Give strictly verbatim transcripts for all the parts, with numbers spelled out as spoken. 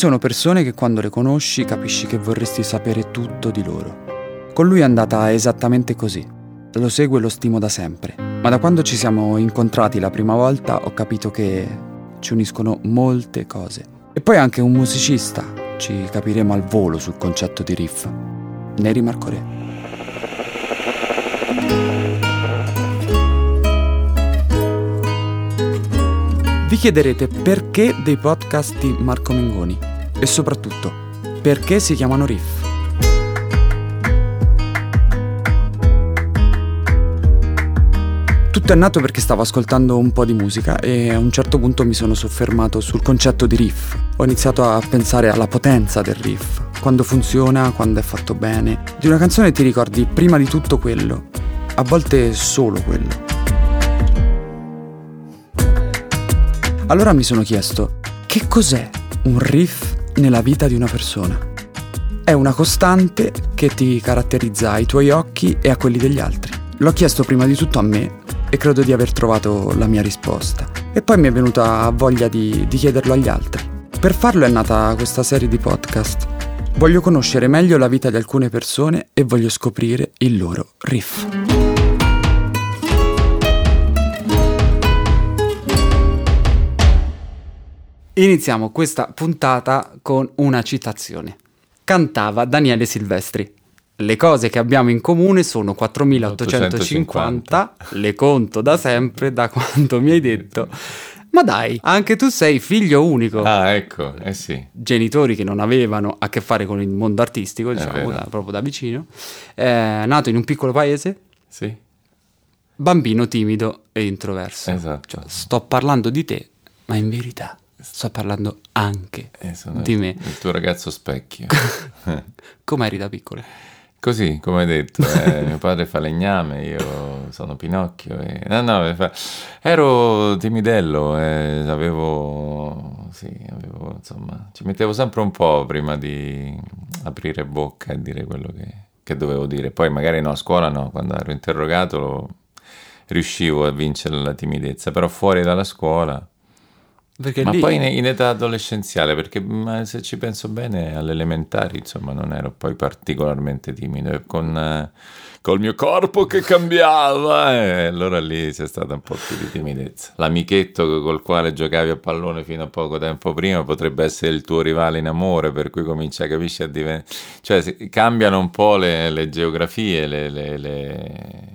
sono persone che quando le conosci capisci che vorresti sapere tutto di loro. Con lui è andata esattamente così. Lo seguo e lo stimo da sempre, ma da quando ci siamo incontrati la prima volta ho capito che ci uniscono molte cose. E poi è anche un musicista, ci capiremo al volo sul concetto di riff. Neri Marco Re. Vi chiederete perché dei podcast di Marco Mengoni e soprattutto perché si chiamano Riff. Tutto è nato perché stavo ascoltando un po' di musica e a un certo punto mi sono soffermato sul concetto di riff. Ho iniziato a pensare alla potenza del riff, quando funziona, quando è fatto bene. Di una canzone ti ricordi prima di tutto quello, a volte solo quello. Allora mi sono chiesto, che cos'è un riff nella vita di una persona? È una costante che ti caratterizza ai tuoi occhi e a quelli degli altri. L'ho chiesto prima di tutto a me e credo di aver trovato la mia risposta. E poi mi è venuta voglia di, di chiederlo agli altri. Per farlo è nata questa serie di podcast. Voglio conoscere meglio la vita di alcune persone e voglio scoprire il loro riff. Iniziamo questa puntata con una citazione. Cantava Daniele Silvestri. Le cose che abbiamo in comune sono quattromilaottocentocinquanta, le conto da sempre, da quando mi hai detto. Ma dai, anche tu sei figlio unico. Ah, ecco, eh sì. Genitori che non avevano a che fare con il mondo artistico, diciamo, da, proprio da vicino. Eh, nato in un piccolo paese. Sì. Bambino timido e introverso. Esatto. Cioè, sto parlando di te, ma in verità sto parlando anche eh, sono di il, me. Il tuo ragazzo specchio. Com'eri da piccolo? Così, come hai detto, eh, mio padre fa legname, io sono Pinocchio. E... No, no, fa... ero timidello, eh, avevo, sì, avevo, insomma, ci mettevo sempre un po' prima di aprire bocca e dire quello che, che dovevo dire. Poi magari no, a scuola no, quando ero interrogato lo... riuscivo a vincere la timidezza, però fuori dalla scuola... Perché ma lì... poi in, in età adolescenziale, perché ma se ci penso bene alle elementari insomma non ero poi particolarmente timido, con eh, col mio corpo che cambiava e allora lì c'è stata un po' più di timidezza. L'amichetto col quale giocavi a pallone fino a poco tempo prima potrebbe essere il tuo rivale in amore, per cui cominci a capisci a diventare, cioè si, cambiano un po' le, le geografie, le... le, le...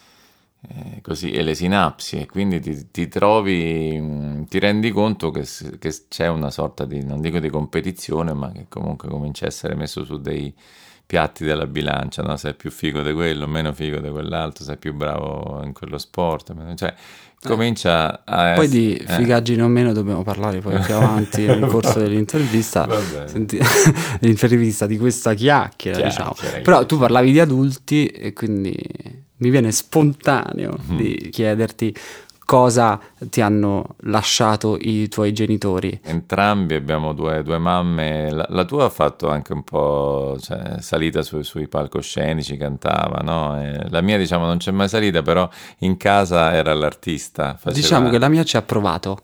Eh, così, e le sinapsi, e quindi ti, ti trovi, ti rendi conto che, che c'è una sorta di, non dico di competizione, ma che comunque comincia a essere messo su dei piatti della bilancia, no? Sei più figo di quello, meno figo di quell'altro, sei più bravo in quello sport, cioè comincia a... Poi di figaggine o meno dobbiamo parlare poi più avanti nel corso dell'intervista, senti, l'intervista di questa chiacchiera, diciamo. Però tu parlavi di adulti e quindi mi viene spontaneo mm. di chiederti cosa ti hanno lasciato i tuoi genitori. Entrambi abbiamo due, due mamme, la, la tua ha fatto anche un po', cioè, salita su, sui palcoscenici, cantava, no? E la mia diciamo non c'è mai salita, però in casa era l'artista. Faceva... Diciamo che la mia ci ha provato.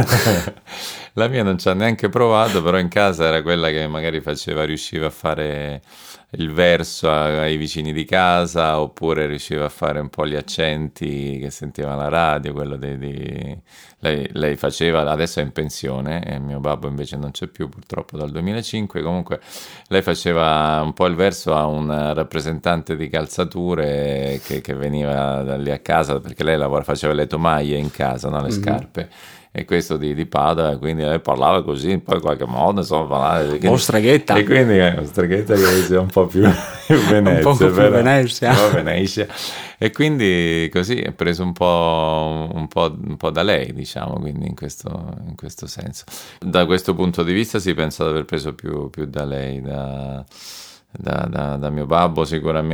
La mia non ci ha neanche provato, però in casa era quella che magari faceva, riusciva a fare il verso ai vicini di casa, oppure riusciva a fare un po' gli accenti che sentiva la radio, quello di, di... Lei, lei faceva, adesso è in pensione e mio babbo invece non c'è più purtroppo dal duemilacinque, comunque lei faceva un po' il verso a un rappresentante di calzature che, che veniva da lì a casa, perché lei lavora, faceva le tomaie in casa, no? Le mm-hmm. scarpe. E questo di, di Padova, quindi lei parlava così, poi in qualche modo, insomma, parlava... Un streghetta. E quindi è una streghetta che diceva un po' più Venezia. un po' più però, Venezia. Un po' Venezia. E quindi così è preso un po', un po', un po' da lei, diciamo, quindi in questo, in questo senso. Da questo punto di vista si pensa di aver preso più, più da lei, da... Da, da, da mio babbo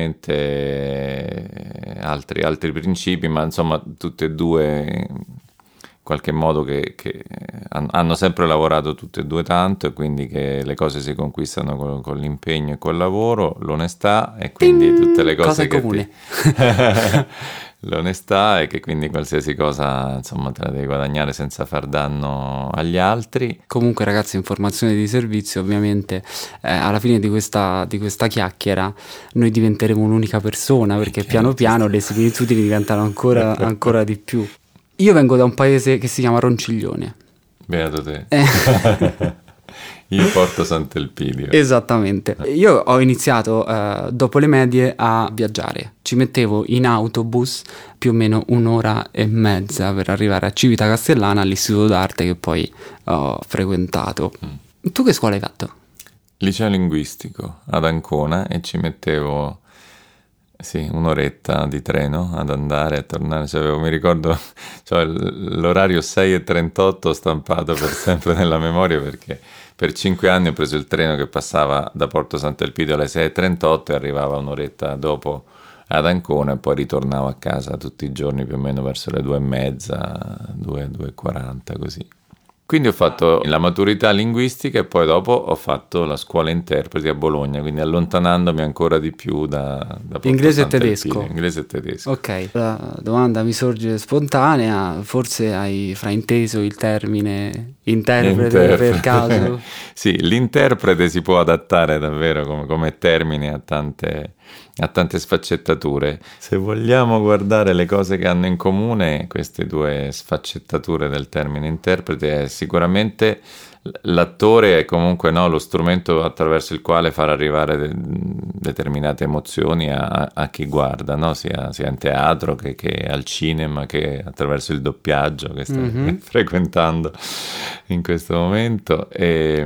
sicuramente altri, altri principi, ma insomma tutti e due... qualche modo che, che hanno sempre lavorato tutti e due tanto, e quindi che le cose si conquistano con, con l'impegno e col lavoro, l'onestà, e quindi tutte le cose, cose che comuni. ti... l'onestà, e che quindi qualsiasi cosa, insomma, te la devi guadagnare senza far danno agli altri. Comunque ragazzi, informazione di servizio, ovviamente eh, alla fine di questa, di questa chiacchiera noi diventeremo un'unica persona, perché piano piano le similitudini diventano ancora, ancora di più. Io vengo da un paese che si chiama Ronciglione. Beato te. Eh. Io porto Sant'Elpidio. Esattamente. Io ho iniziato eh, dopo le medie a viaggiare. Ci mettevo in autobus più o meno un'ora e mezza per arrivare a Civita Castellana, all'istituto d'arte che poi ho frequentato. Mm. Tu che scuola hai fatto? Liceo linguistico ad Ancona, e ci mettevo sì, un'oretta di treno ad andare e tornare. Cioè, avevo, mi ricordo, cioè, l'orario sei e trentotto stampato per sempre nella memoria, perché per cinque anni ho preso il treno che passava da Porto Sant'Elpidio alle sei e trentotto e arrivava un'oretta dopo ad Ancona, e poi ritornavo a casa tutti i giorni più o meno verso le due e mezza, due, due e quaranta, così. Quindi ho fatto la maturità linguistica e poi dopo ho fatto la scuola interpreti a Bologna, quindi allontanandomi ancora di più da, da inglese e tedesco. Inglese e tedesco. Ok, la domanda mi sorge spontanea, forse hai frainteso il termine interprete, interprete. per caso? Sì, l'interprete si può adattare davvero come, come termine a tante... ha tante sfaccettature. Se vogliamo guardare le cose che hanno in comune queste due sfaccettature del termine interprete, è sicuramente l'attore è comunque no, lo strumento attraverso il quale far arrivare de- determinate emozioni a, a chi guarda, no? sia, sia in teatro che, che al cinema, che attraverso il doppiaggio che stai mm-hmm. frequentando in questo momento, e,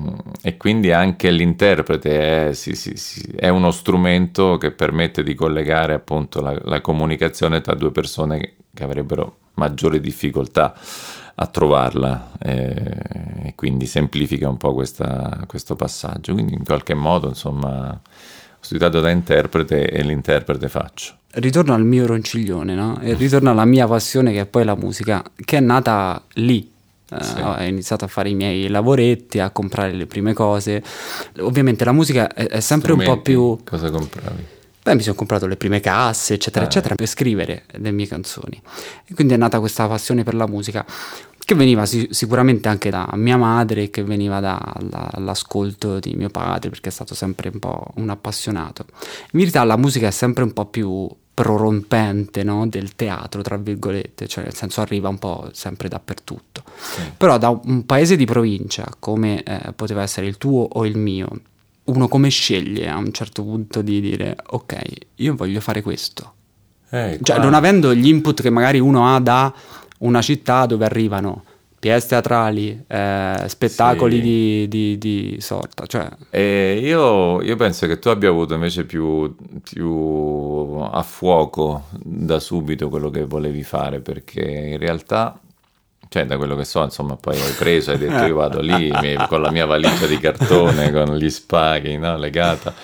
e quindi anche l'interprete è, sì, sì, sì, è uno strumento che permette di collegare appunto la, la comunicazione tra due persone che, che avrebbero maggiori difficoltà a trovarla, eh, e quindi semplifica un po' questa, questo passaggio. Quindi in qualche modo, insomma, ho studiato da interprete e l'interprete faccio. Ritorno al mio Ronciglione, no? E ritorno alla mia passione, che è poi la musica, che è nata lì. Sì. Uh, ho iniziato a fare i miei lavoretti, a comprare le prime cose. Ovviamente la musica è, è sempre Strumenti. Un po' più... Cosa compravi? Beh, mi sono comprato le prime casse, eccetera, ah, eccetera, per scrivere le mie canzoni. E quindi è nata questa passione per la musica, che veniva si- sicuramente anche da mia madre, che veniva dall'ascolto di mio padre, perché è stato sempre un po' un appassionato. In verità la musica è sempre un po' più prorompente, no? Del teatro, tra virgolette, cioè nel senso arriva un po' sempre dappertutto. Sì. Però da un paese di provincia, come eh, poteva essere il tuo o il mio, uno come sceglie a un certo punto di dire ok, io voglio fare questo, eh, cioè non avendo gli input che magari uno ha da una città dove arrivano pièce teatrali, eh, spettacoli sì. di, di, di sorta, cioè e io, io penso che tu abbia avuto invece più, più a fuoco da subito quello che volevi fare, perché in realtà, cioè da quello che so, insomma, poi hai preso, hai detto io vado lì mi, con la mia valigia di cartone, con gli spaghi, no, legata.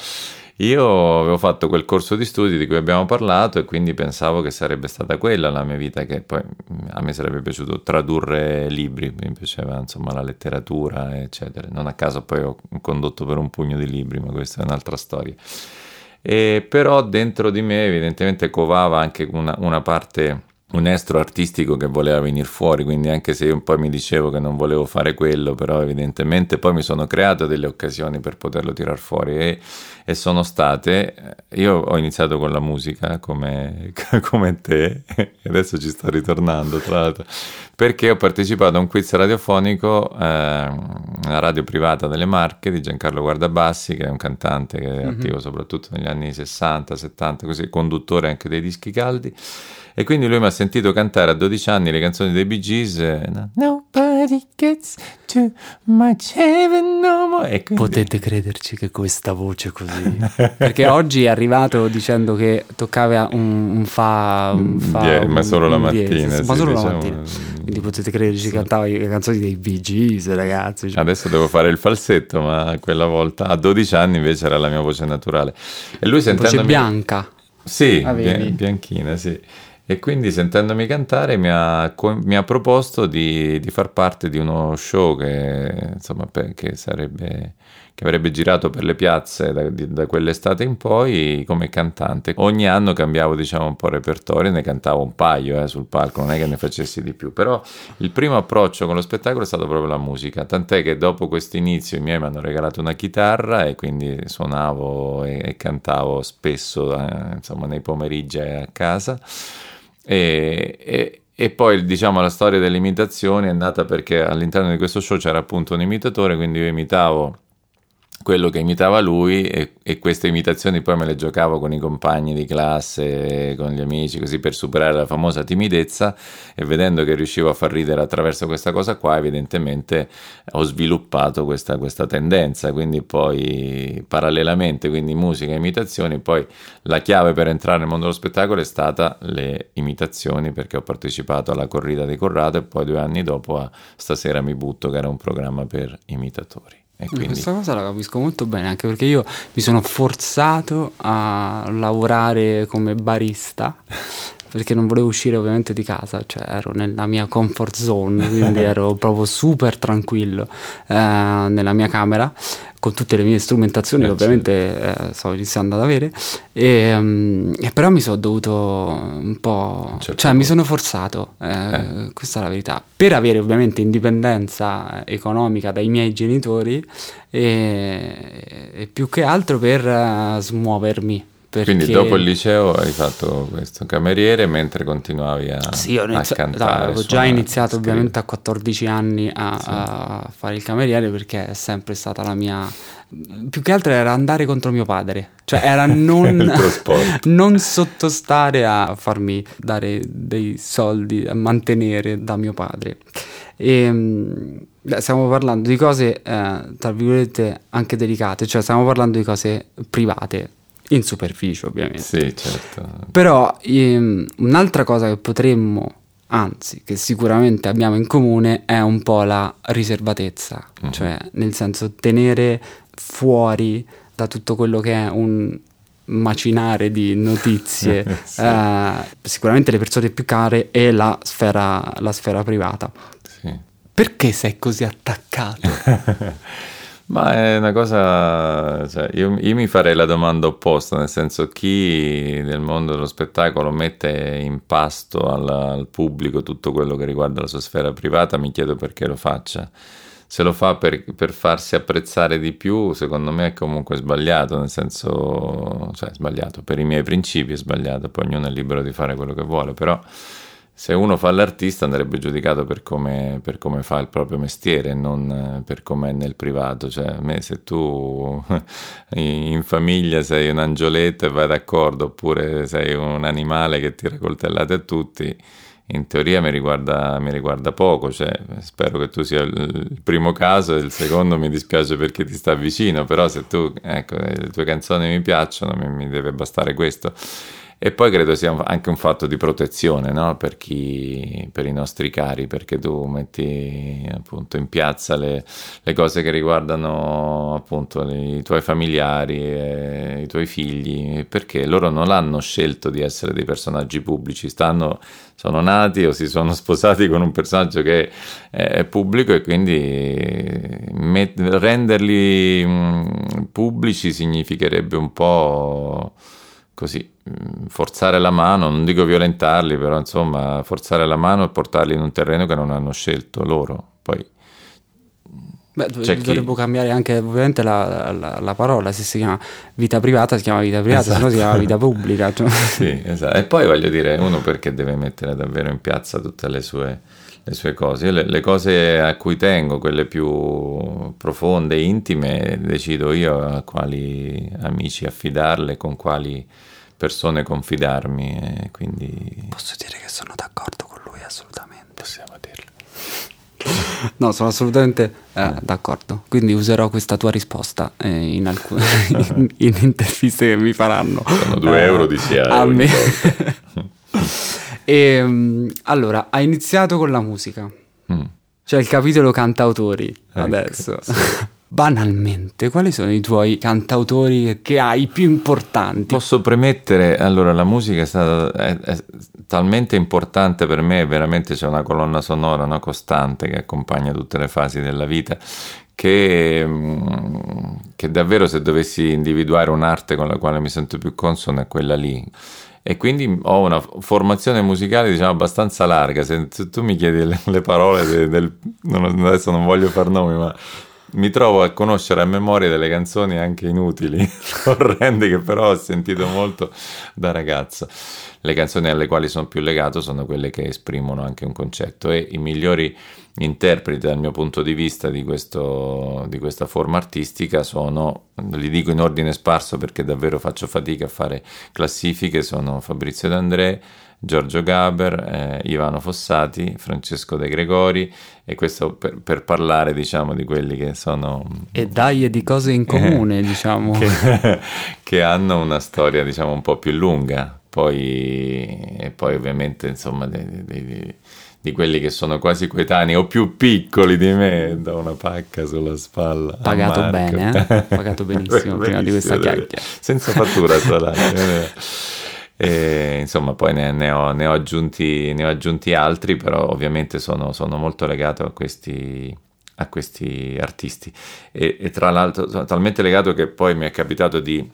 Io avevo fatto quel corso di studi di cui abbiamo parlato, e quindi pensavo che sarebbe stata quella la mia vita, che poi a me sarebbe piaciuto tradurre libri, mi piaceva insomma la letteratura, eccetera. Non a caso poi ho condotto per un pugno di libri, ma questa è un'altra storia. E però dentro di me evidentemente covava anche una, una parte... un estro artistico che voleva venire fuori, quindi anche se io poi mi dicevo che non volevo fare quello, però evidentemente poi mi sono creato delle occasioni per poterlo tirar fuori, e, e sono state, io ho iniziato con la musica come, come te, e adesso ci sto ritornando tra l'altro, perché ho partecipato a un quiz radiofonico, eh, una radio privata delle Marche di Giancarlo Guardabassi, che è un cantante che è mm-hmm. attivo soprattutto negli anni sessanta, settanta, così, conduttore anche dei dischi caldi. E quindi lui mi ha sentito cantare a dodici anni le canzoni dei Bee Gees, eh, Nobody gets too much heaven no more. E quindi... Potete crederci che questa voce così, perché oggi è arrivato dicendo che toccava un, un fa, un fa yeah, un, ma solo la mattina, diez, sì, ma solo diciamo, la mattina. Quindi potete crederci sì. che cantava le canzoni dei Bee Gees, ragazzi, cioè. Adesso devo fare il falsetto, ma quella volta a dodici anni invece era la mia voce naturale. E lui sentendomi... voce bianca. Sì, bi- bianchina, sì. E quindi sentendomi cantare mi ha, mi ha proposto di, di far parte di uno show che, insomma, che sarebbe, che avrebbe girato per le piazze da, da quell'estate in poi come cantante. Ogni anno cambiavo, diciamo, un po' il repertorio, ne cantavo un paio eh, sul palco, non è che ne facessi di più, però il primo approccio con lo spettacolo è stato proprio la musica, tant'è che dopo questo inizio i miei mi hanno regalato una chitarra e quindi suonavo e, e cantavo spesso, eh, insomma, nei pomeriggi a casa. E, e, e poi, diciamo, la storia delle imitazioni è nata perché all'interno di questo show c'era appunto un imitatore, quindi io imitavo quello che imitava lui e, e queste imitazioni poi me le giocavo con i compagni di classe, con gli amici, così per superare la famosa timidezza, e vedendo che riuscivo a far ridere attraverso questa cosa qua, evidentemente ho sviluppato questa, questa tendenza, quindi poi parallelamente, quindi musica e imitazioni, poi la chiave per entrare nel mondo dello spettacolo è stata le imitazioni, perché ho partecipato alla corrida di Corrado e poi due anni dopo a Stasera mi butto, che era un programma per imitatori. E quindi... Questa cosa la capisco molto bene, anche perché io mi sono forzato a lavorare come barista perché non volevo uscire ovviamente di casa, cioè ero nella mia comfort zone, quindi ero proprio super tranquillo eh, nella mia camera con tutte le mie strumentazioni che ovviamente eh, stavo iniziando ad avere e, um, e però mi sono dovuto un po' certo. cioè mi sono forzato eh, eh. questa è la verità, per avere ovviamente indipendenza economica dai miei genitori e, e più che altro per uh, smuovermi. Perché... Quindi dopo il liceo hai fatto questo cameriere mentre continuavi a, sì, ho inizi- a cantare? Avevo già iniziato a ovviamente a quattordici anni a, sì. a fare il cameriere, perché è sempre stata la mia... Più che altro era andare contro mio padre, cioè era non, non sottostare a farmi dare dei soldi a mantenere da mio padre. E stiamo parlando di cose eh, tra virgolette anche delicate, cioè stiamo parlando di cose private, in superficie ovviamente. Sì, certo. Però ehm, un'altra cosa che potremmo, anzi che sicuramente abbiamo in comune, è un po' la riservatezza, mm-hmm. cioè nel senso tenere fuori da tutto quello che è un macinare di notizie sì. eh, sicuramente le persone più care e la sfera, la sfera privata. Sì. Perché sei così attaccato? Ma è una cosa, cioè io, io mi farei la domanda opposta, nel senso, chi nel mondo dello spettacolo mette in pasto al, al pubblico tutto quello che riguarda la sua sfera privata, mi chiedo perché lo faccia. Se lo fa per, per farsi apprezzare di più, secondo me è comunque sbagliato, nel senso, cioè sbagliato, per i miei principi è sbagliato, poi ognuno è libero di fare quello che vuole, però... Se uno fa l'artista andrebbe giudicato per come, per come fa il proprio mestiere, non per come è nel privato. Cioè, a me, se tu in famiglia sei un angioletto e vai d'accordo, oppure sei un animale che tira coltellate a tutti, in teoria mi riguarda, mi riguarda poco. Cioè, spero che tu sia il primo caso, e il secondo mi dispiace perché ti sta vicino, però se tu, ecco, le tue canzoni mi piacciono, mi, mi deve bastare questo. E poi credo sia anche un fatto di protezione, no? Per chi, per i nostri cari, perché tu metti appunto in piazza le, le cose che riguardano appunto i tuoi familiari, e i tuoi figli, perché loro non hanno scelto di essere dei personaggi pubblici, stanno, sono nati o si sono sposati con un personaggio che è, è pubblico, e quindi met- renderli mh, pubblici significherebbe un po' così, forzare la mano, non dico violentarli, però insomma forzare la mano e portarli in un terreno che non hanno scelto loro. Poi beh, dovrebbe chi... cambiare anche ovviamente la, la, la parola, se si chiama vita privata si chiama vita privata, esatto. Se no si chiama vita pubblica, cioè. Sì, esatto. E poi voglio dire, uno perché deve mettere davvero in piazza tutte le sue, le sue cose. Io le, le cose a cui tengo, quelle più profonde e intime, decido io a quali amici affidarle, con quali persone confidarmi, e quindi posso dire che sono d'accordo con lui, assolutamente. Possiamo dirlo. No, sono assolutamente eh, d'accordo, quindi userò questa tua risposta eh, in alcune in, in interviste che mi faranno. Sono due eh, euro di C A a me. E, um, allora, hai iniziato con la musica, mm. cioè il capitolo cantautori, ecco, adesso. Sì. banalmente, quali sono i tuoi cantautori che hai più importanti? Posso premettere, allora la musica è stata è, è talmente importante per me, veramente c'è una colonna sonora, una costante che accompagna tutte le fasi della vita, che, che davvero, se dovessi individuare un'arte con la quale mi sento più consono, è quella lì. E quindi ho una formazione musicale, diciamo, abbastanza larga. Se, se tu mi chiedi le, le parole del, del non, adesso non voglio far nomi, ma mi trovo a conoscere a memoria delle canzoni anche inutili, orrende, che però ho sentito molto da ragazzo. Le canzoni alle quali sono più legato sono quelle che esprimono anche un concetto, e i migliori interpreti dal mio punto di vista di, questo, di questa forma artistica sono, li dico in ordine sparso perché davvero faccio fatica a fare classifiche, sono Fabrizio D'André, Giorgio Gaber, eh, Ivano Fossati, Francesco De Gregori, e questo per, per parlare, diciamo, di quelli che sono... E dai, e di cose in comune, eh, diciamo. Che, che hanno una storia, diciamo, un po' più lunga. Poi, e poi ovviamente, insomma, di, di, di, di quelli che sono quasi coetanei o più piccoli di me, da una pacca sulla spalla. Pagato bene, eh? Pagato benissimo prima di questa chiacchiera. Senza fattura, tra l'altro. E, insomma, poi ne, ne, ho, ne, ho aggiunti, ne ho aggiunti altri, però ovviamente sono, sono molto legato a questi, a questi artisti. E, e tra l'altro sono talmente legato che poi mi è capitato di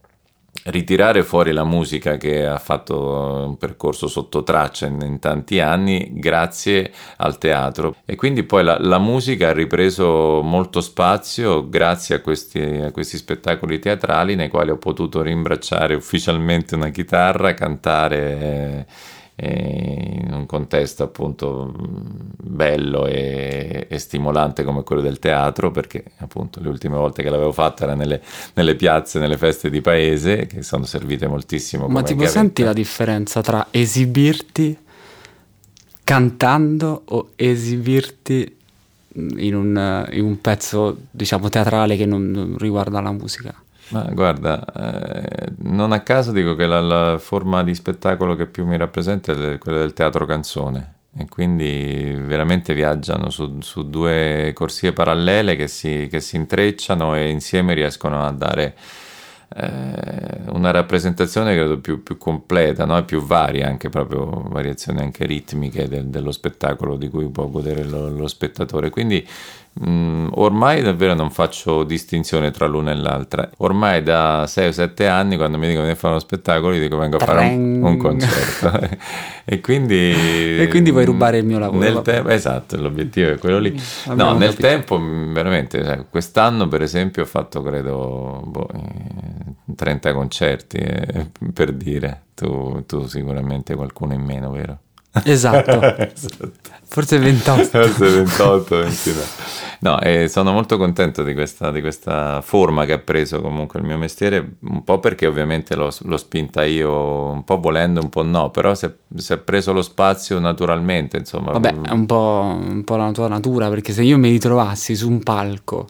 ritirare fuori la musica, che ha fatto un percorso sotto traccia in, in tanti anni grazie al teatro, e quindi poi la, la musica ha ripreso molto spazio grazie a questi, a questi spettacoli teatrali nei quali ho potuto rimbracciare ufficialmente una chitarra, cantare eh, eh, in un contesto appunto bello e, e stimolante come quello del teatro, perché appunto le ultime volte che l'avevo fatta era nelle, nelle piazze, nelle feste di paese, che sono servite moltissimo. Ma tipo gavetta. Senti la differenza tra esibirti cantando o esibirti in un, in un pezzo, diciamo, teatrale che non, non riguarda la musica? Ma guarda, eh, non a caso dico che la, la forma di spettacolo che più mi rappresenta è quella del teatro canzone, e quindi veramente viaggiano su, su due corsie parallele che si, che si intrecciano e insieme riescono a dare eh, una rappresentazione credo più, più completa, no? E più varia, anche proprio variazioni anche ritmiche del, dello spettacolo di cui può godere lo, lo spettatore. Quindi Mm, ormai davvero non faccio distinzione tra l'una e l'altra. Ormai da sei o sette anni, quando mi dicono di fare uno spettacolo, gli dico vengo a fare un, un concerto. e quindi e quindi vuoi rubare il mio lavoro, nel te- esatto, l'obiettivo è quello lì. No, nel capito. tempo veramente, cioè, quest'anno per esempio ho fatto credo boh, trenta concerti, eh, per dire. Tu, tu sicuramente qualcuno in meno, vero? Esatto. esatto. Forse ventotto. Forse ventotto, ventinove. No, e sono molto contento di questa, di questa forma che ha preso comunque il mio mestiere, un po' perché ovviamente l'ho, l'ho spinta io, un po' volendo, un po' no, però si è, si è preso lo spazio naturalmente, insomma. Vabbè, è un po', un po' la tua natura, perché se io mi ritrovassi su un palco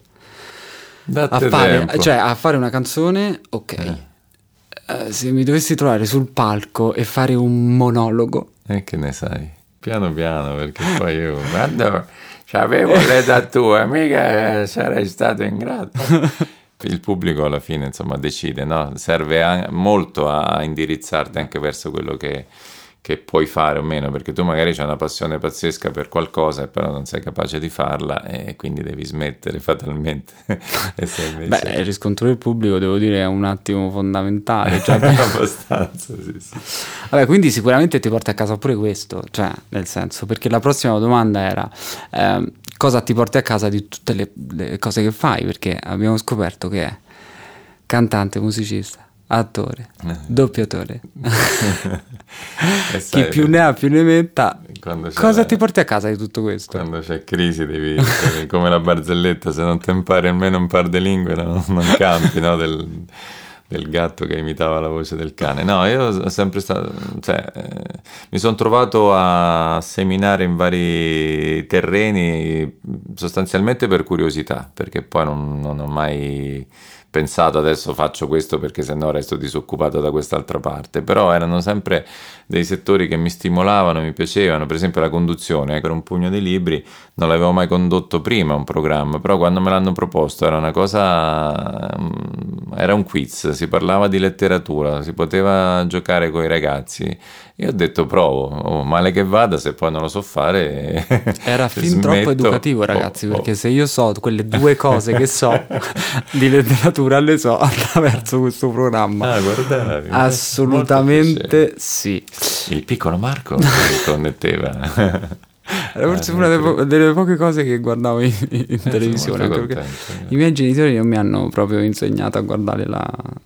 a fare, cioè, a fare una canzone, ok, eh. Uh, se mi dovessi trovare sul palco e fare un monologo, e che ne sai? Piano piano, perché poi io quando avevo l'età tua mica sarei stato in grado. Il pubblico alla fine insomma decide, no? Serve a, molto a indirizzarti anche verso quello che, che puoi fare o meno, perché tu magari c'hai una passione pazzesca per qualcosa e però non sei capace di farla e quindi devi smettere fatalmente. e se invece... Beh, il riscontro del pubblico devo dire è un attimo fondamentale, cioè per... abbastanza, sì, sì. Vabbè, quindi sicuramente ti porta a casa pure questo, cioè nel senso, perché la prossima domanda era eh, cosa ti porti a casa di tutte le, le cose che fai, perché abbiamo scoperto che è cantante, musicista, attore, doppiatore. Chi più ne ha più ne metta. Cosa la... ti porti a casa di tutto questo? Quando c'è crisi devi, come la barzelletta, se non ti impari almeno un par di lingue non, non campi, no? Del, del gatto che imitava la voce del cane. No, io ho sempre stato, cioè, eh, mi sono trovato a seminare in vari terreni sostanzialmente per curiosità, perché poi non, non ho mai pensato adesso faccio questo perché sennò resto disoccupato da quest'altra parte, però erano sempre dei settori che mi stimolavano, mi piacevano. Per esempio la conduzione, per un pugno di libri non l'avevo mai condotto prima un programma, però quando me l'hanno proposto era una cosa, era un quiz, si parlava di letteratura, si poteva giocare con i ragazzi. Io ho detto provo, oh, male che vada, se poi non lo so fare era fin smetto. Troppo educativo, ragazzi, oh, perché oh. se io so quelle due cose che so di letteratura le so attraverso questo programma. Ah, guardavi, assolutamente sì. Il piccolo Marco che connetteva. Era forse una delle, po- delle poche cose che guardavo in, in televisione, anche perché i miei genitori non mi hanno proprio insegnato a guardare la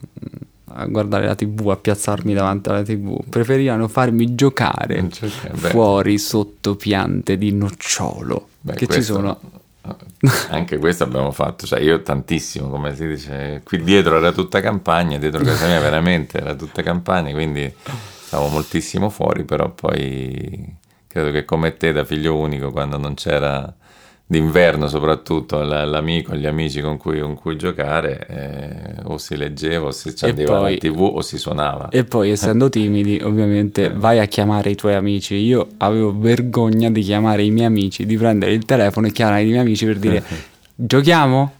a guardare la tivù, a piazzarmi davanti alla tivù, preferivano farmi giocare Giocare, fuori sotto piante di nocciolo. Beh, che questo, ci sono anche questo abbiamo fatto, cioè io tantissimo, come si dice, qui dietro era tutta campagna, dietro casa mia veramente era tutta campagna, quindi stavo moltissimo fuori, però poi credo che come te da figlio unico, quando non c'era d'inverno soprattutto l'amico, gli amici con cui, con cui giocare, eh, o si leggeva o si accendeva la tivù o si suonava. E poi essendo timidi ovviamente vai a chiamare i tuoi amici. Io avevo vergogna di chiamare i miei amici, di prendere il telefono e chiamare i miei amici per dire giochiamo?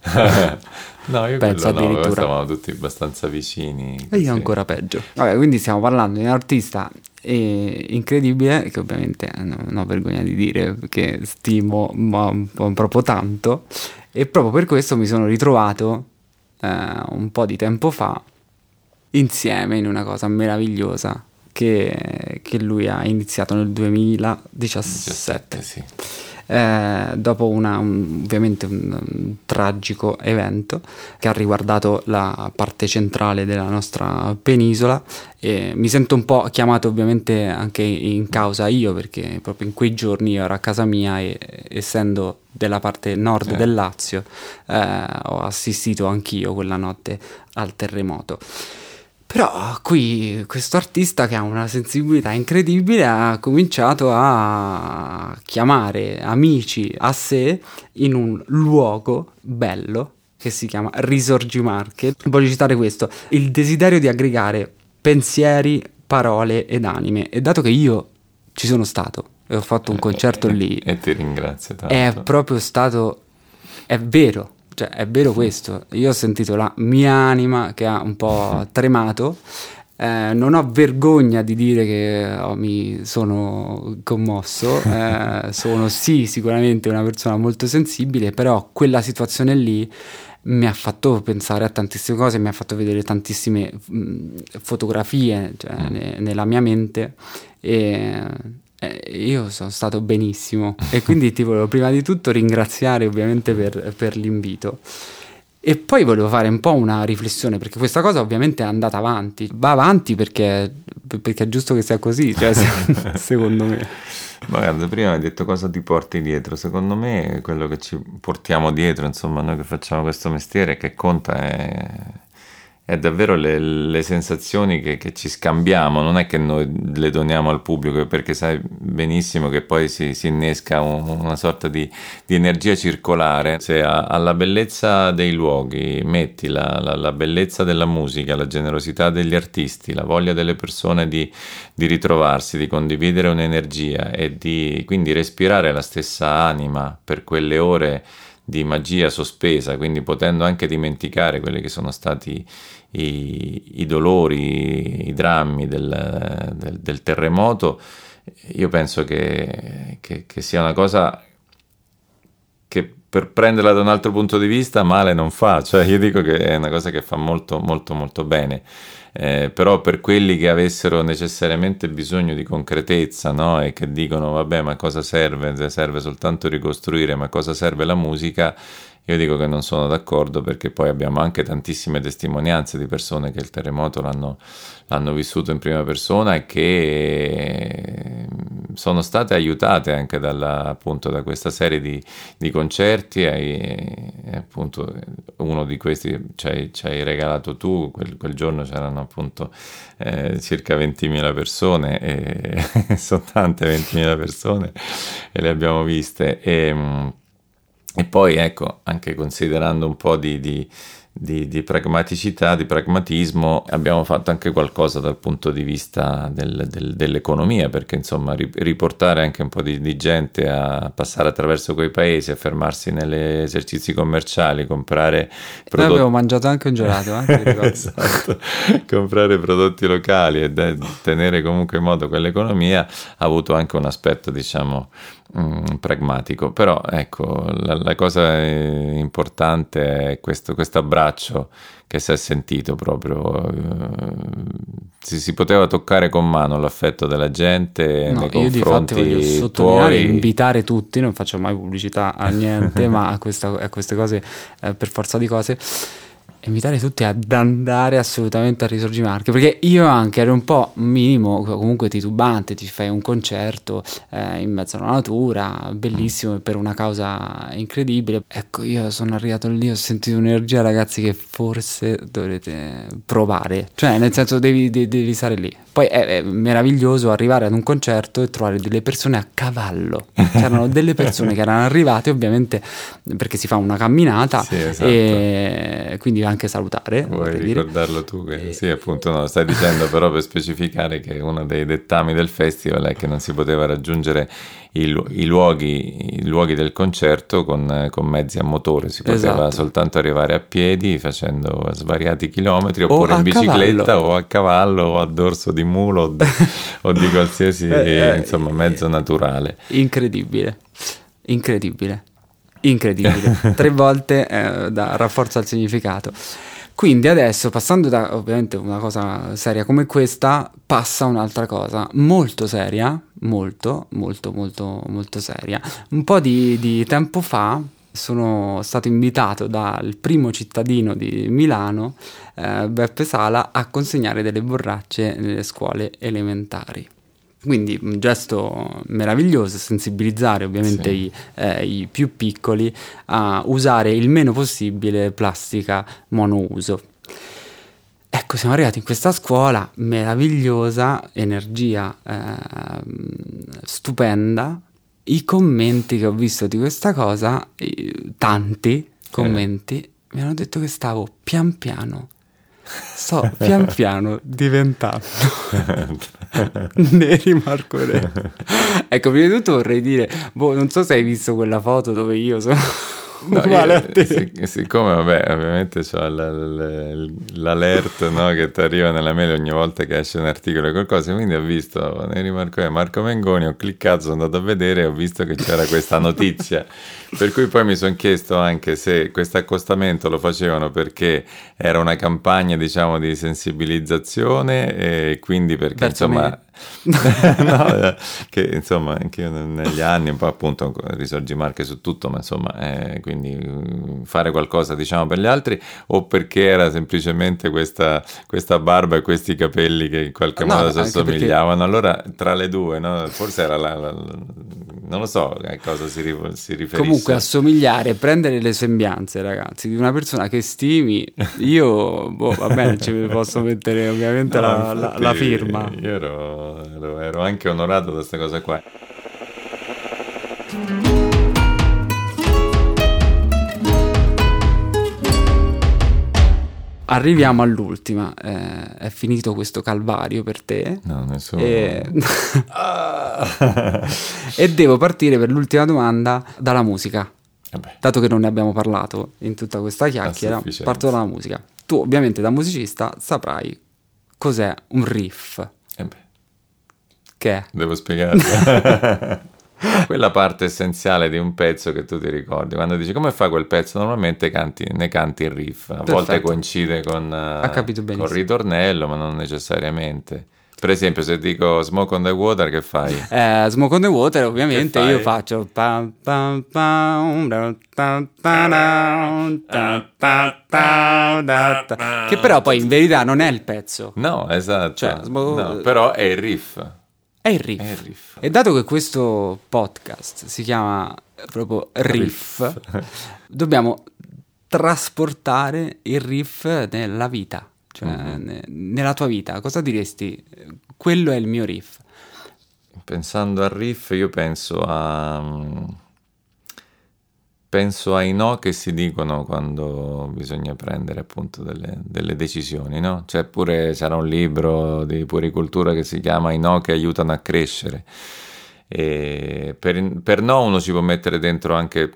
No, io penso quello no, addirittura stavamo tutti abbastanza vicini. E io ancora peggio. Vabbè, quindi stiamo parlando di un artista eh, incredibile, che ovviamente non ho vergogna di dire perché stimo ma, ma proprio tanto, e proprio per questo mi sono ritrovato eh, un po' di tempo fa insieme in una cosa meravigliosa che, che lui ha iniziato nel duemiladiciassette. diciassette, sì. Eh, dopo una, un, ovviamente un, un tragico evento che ha riguardato la parte centrale della nostra penisola, e mi sento un po' chiamato ovviamente anche in causa io, perché proprio in quei giorni io ero a casa mia e essendo della parte nord eh. del Lazio eh, ho assistito anch'io quella notte al terremoto. Però qui questo artista che ha una sensibilità incredibile ha cominciato a chiamare amici a sé in un luogo bello che si chiama Risorgi Marche. Voglio citare questo: il desiderio di aggregare pensieri, parole ed anime. E dato che io ci sono stato e ho fatto un concerto e, lì e ti ringrazio tanto. È proprio stato, è vero. Cioè, è vero questo, io ho sentito la mia anima che ha un po' tremato, eh, non ho vergogna di dire che oh, mi sono commosso, eh, sono sì sicuramente una persona molto sensibile, però quella situazione lì mi ha fatto pensare a tantissime cose, mi ha fatto vedere tantissime mh, fotografie, cioè, mm. ne, nella mia mente, e io sono stato benissimo e quindi ti volevo prima di tutto ringraziare ovviamente per, per l'invito, e poi volevo fare un po' una riflessione, perché questa cosa ovviamente è andata avanti, va avanti perché, perché è giusto che sia così, cioè, secondo me. Ma guarda, prima hai detto cosa ti porti dietro. Secondo me quello che ci portiamo dietro, insomma, noi che facciamo questo mestiere, che conta è è davvero le, le sensazioni che, che ci scambiamo, non è che noi le doniamo al pubblico, perché sai benissimo che poi si, si innesca un, una sorta di, di energia circolare. Se a, alla bellezza dei luoghi metti la, la, la bellezza della musica, la generosità degli artisti, la voglia delle persone di, di ritrovarsi, di condividere un'energia e di quindi respirare la stessa anima per quelle ore di magia sospesa, quindi potendo anche dimenticare quelli che sono stati i, i dolori, i drammi del, del, del terremoto, io penso che, che, che sia una cosa che, per prenderla da un altro punto di vista, male non fa. Cioè io dico che è una cosa che fa molto molto molto bene. Eh, però per quelli che avessero necessariamente bisogno di concretezza, no? E che dicono vabbè, ma cosa serve? Serve soltanto ricostruire, ma cosa serve la musica? Io dico che non sono d'accordo, perché poi abbiamo anche tantissime testimonianze di persone che il terremoto l'hanno, l'hanno vissuto in prima persona e che sono state aiutate anche dalla, appunto, da questa serie di, di concerti, e, e appunto uno di questi ci hai, ci hai regalato tu. Quel, quel giorno c'erano appunto eh, circa ventimila persone, e sono tante ventimila persone, e le abbiamo viste. E, E poi ecco, anche considerando un po' di, di, di, di pragmaticità, di pragmatismo. Abbiamo fatto anche qualcosa dal punto di vista del, del, dell'economia, perché insomma riportare anche un po' di, di gente a passare attraverso quei paesi, a fermarsi negli esercizi commerciali, comprare prodotti. Noi avevo mangiato anche un gelato, eh, esatto, comprare prodotti locali e de- tenere comunque in modo quell'economia ha avuto anche un aspetto, diciamo, mh, pragmatico. Però ecco, la, la cosa importante è questo abbraccio che si è sentito proprio, eh, si, si poteva toccare con mano l'affetto della gente, no, nei io confronti di fatti voglio sottolineare tuoi. Invitare tutti, non faccio mai pubblicità a niente, ma a, questa, a queste cose, eh, per forza di cose, invitare tutti ad andare assolutamente a Risorgimarche, perché io anche ero un po' minimo, comunque titubante, ti fai un concerto eh, in mezzo alla natura, bellissimo, per una causa incredibile. Ecco, io sono arrivato lì, ho sentito un'energia, ragazzi, che forse dovrete provare, cioè nel senso devi, devi, devi stare lì. Poi è, è meraviglioso arrivare ad un concerto e trovare delle persone a cavallo. C'erano delle persone che erano arrivate, ovviamente, perché si fa una camminata, sì, esatto. E quindi anche salutare. Vuoi ricordarlo dire. tu? Che, E... sì, appunto, no, stai dicendo però per specificare che uno dei dettami del festival è che non si poteva raggiungere i, i, luoghi, i luoghi del concerto con, con mezzi a motore, si poteva esatto. soltanto arrivare a piedi facendo svariati chilometri, oppure o in bicicletta cavallo. o a cavallo o a dorso di mulo o di, o di qualsiasi eh, insomma, mezzo naturale. Incredibile, incredibile. Incredibile, tre volte eh, da, rafforza il significato. Quindi adesso, passando da ovviamente una cosa seria come questa, passa un'altra cosa molto seria, molto, molto, molto, molto seria. Un po' di, di tempo fa sono stato invitato dal primo cittadino di Milano, eh, Beppe Sala, a consegnare delle borracce nelle scuole elementari. Quindi un gesto meraviglioso, sensibilizzare ovviamente sì. i, eh, i più piccoli a usare il meno possibile plastica monouso. Ecco, siamo arrivati in questa scuola meravigliosa, energia eh, stupenda. I commenti che ho visto di questa cosa, tanti commenti, eh. mi hanno detto che stavo pian piano sto pian piano diventando Neri Marco Re. Ecco, prima di tutto vorrei dire, boh, non so se hai visto quella foto dove io sono no, uguale io, a te. Sic- siccome vabbè, ovviamente c'ho l- l- l'alert, no, che ti arriva nella mail ogni volta che esce un articolo o qualcosa, quindi ho visto Neri Marco Re, Marco Mengoni, ho cliccato, sono andato a vedere e ho visto che c'era questa notizia. Per cui poi mi sono chiesto anche se questo accostamento lo facevano perché era una campagna, diciamo, di sensibilizzazione e quindi perché, verso insomma, no, che insomma anche io negli anni un po' appunto Risorgimarche su tutto, ma insomma eh, quindi fare qualcosa, diciamo, per gli altri, o perché era semplicemente questa, questa barba e questi capelli che in qualche no, modo si assomigliavano, perché... allora tra le due, no? Forse era la, la, la non lo so a cosa si, ri- si riferisce. Comunque assomigliare, prendere le sembianze, ragazzi, di una persona che stimi, io, boh, va bene, ci posso mettere ovviamente no, la, la, la firma. Io ero, ero, ero anche onorato da questa cosa qua. Arriviamo all'ultima, eh, è finito questo calvario per te. No, nessuno. E... e devo partire per l'ultima domanda dalla musica. Vabbè. Dato che non ne abbiamo parlato in tutta questa chiacchiera, parto dalla musica. Tu ovviamente da musicista saprai cos'è un riff. Eh beh. Che è? Devo spiegarlo. Quella parte essenziale di un pezzo che tu ti ricordi quando dici come fa quel pezzo, normalmente canti, ne canti il riff, a Perfetto. volte coincide con, uh, con il ritornello, ma non necessariamente. Per esempio, se dico Smoke on the Water, che fai? Eh, Smoke on the Water, ovviamente io faccio pam, pam, pam, da, da, da, da, da, da, da, che però poi in verità non è il pezzo. No, esatto. Cioè, sm- no, però è il riff. È il riff. È il riff. E dato che questo podcast si chiama proprio Riff, riff. dobbiamo trasportare il riff nella vita, cioè mm-hmm. ne, nella tua vita. Cosa diresti? Quello è il mio riff. Pensando al riff, io penso a penso ai no che si dicono quando bisogna prendere appunto delle, delle decisioni, no? C'è pure, c'era un libro di puericultura che si chiama I no che aiutano a crescere. E per, per no uno ci può mettere dentro anche,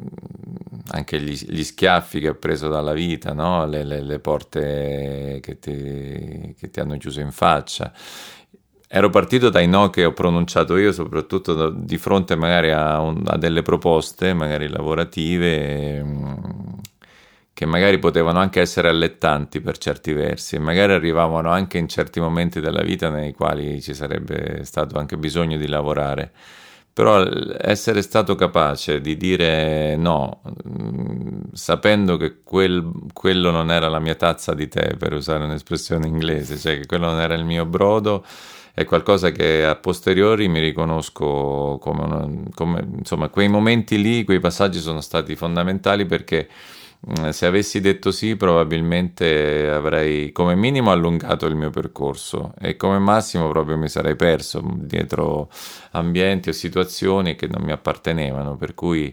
anche gli, gli schiaffi che ha preso dalla vita, no? le, le, le porte che ti, che ti hanno chiuso in faccia. Ero partito dai no che ho pronunciato io, soprattutto da, di fronte magari a, un, a delle proposte, magari lavorative, mh, che magari potevano anche essere allettanti per certi versi, e magari arrivavano anche in certi momenti della vita nei quali ci sarebbe stato anche bisogno di lavorare. Però essere stato capace di dire no, mh, sapendo che quel, quello non era la mia tazza di tè, per usare un'espressione inglese, cioè che quello non era il mio brodo, è qualcosa che a posteriori mi riconosco come, una, come insomma, quei momenti lì, quei passaggi sono stati fondamentali, perché mh, se avessi detto sì probabilmente avrei come minimo allungato il mio percorso e come massimo proprio mi sarei perso dietro ambienti o situazioni che non mi appartenevano, per cui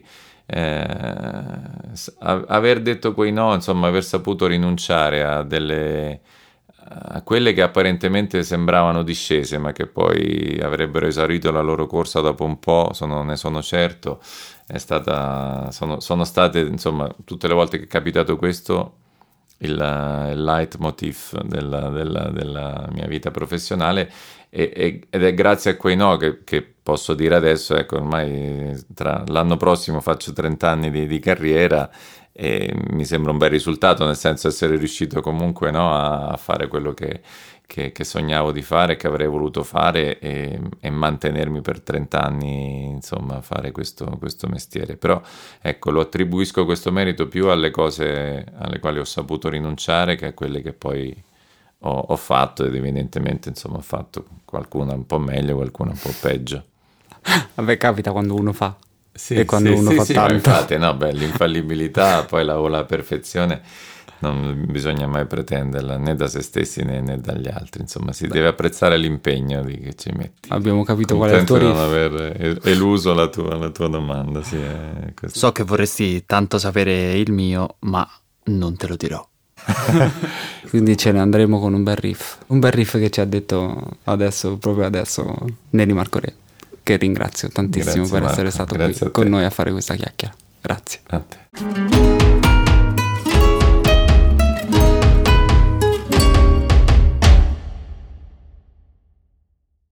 eh, aver detto quei no, insomma aver saputo rinunciare a delle a quelle che apparentemente sembravano discese ma che poi avrebbero esaurito la loro corsa dopo un po', sono, ne sono certo, è stata, sono, sono state, insomma, tutte le volte che è capitato questo il, il leitmotiv della, della, della mia vita professionale, e, e, ed è grazie a quei no che, che posso dire adesso, ecco, ormai tra l'anno prossimo faccio trenta anni di, di carriera e mi sembra un bel risultato, nel senso essere riuscito comunque, no, a fare quello che, che, che sognavo di fare, che avrei voluto fare, e, e mantenermi per trenta anni, insomma, a fare questo, questo mestiere. Però ecco, lo attribuisco questo merito più alle cose alle quali ho saputo rinunciare che a quelle che poi ho, ho fatto, ed evidentemente, insomma, ho fatto qualcuna un po' meglio, qualcuna un po' peggio. Vabbè, capita quando uno fa. Sì, e quando sì, uno sì, fa sì, tanto. infatti, no, beh, l'infallibilità poi la, o la perfezione non bisogna mai pretenderla né da se stessi né, né dagli altri, insomma si beh. deve apprezzare l'impegno di, che ci metti. Abbiamo capito Contento qual è il tuo di non aver eluso la tua, la tua domanda, sì, è così. So che vorresti tanto sapere il mio, ma non te lo dirò. Quindi ce ne andremo con un bel riff, un bel riff che ci ha detto adesso, proprio adesso, Neri Marco Re, che ringrazio tantissimo. Grazie, per Marco. essere stato Grazie qui con noi a fare questa chiacchiera. Grazie. A te.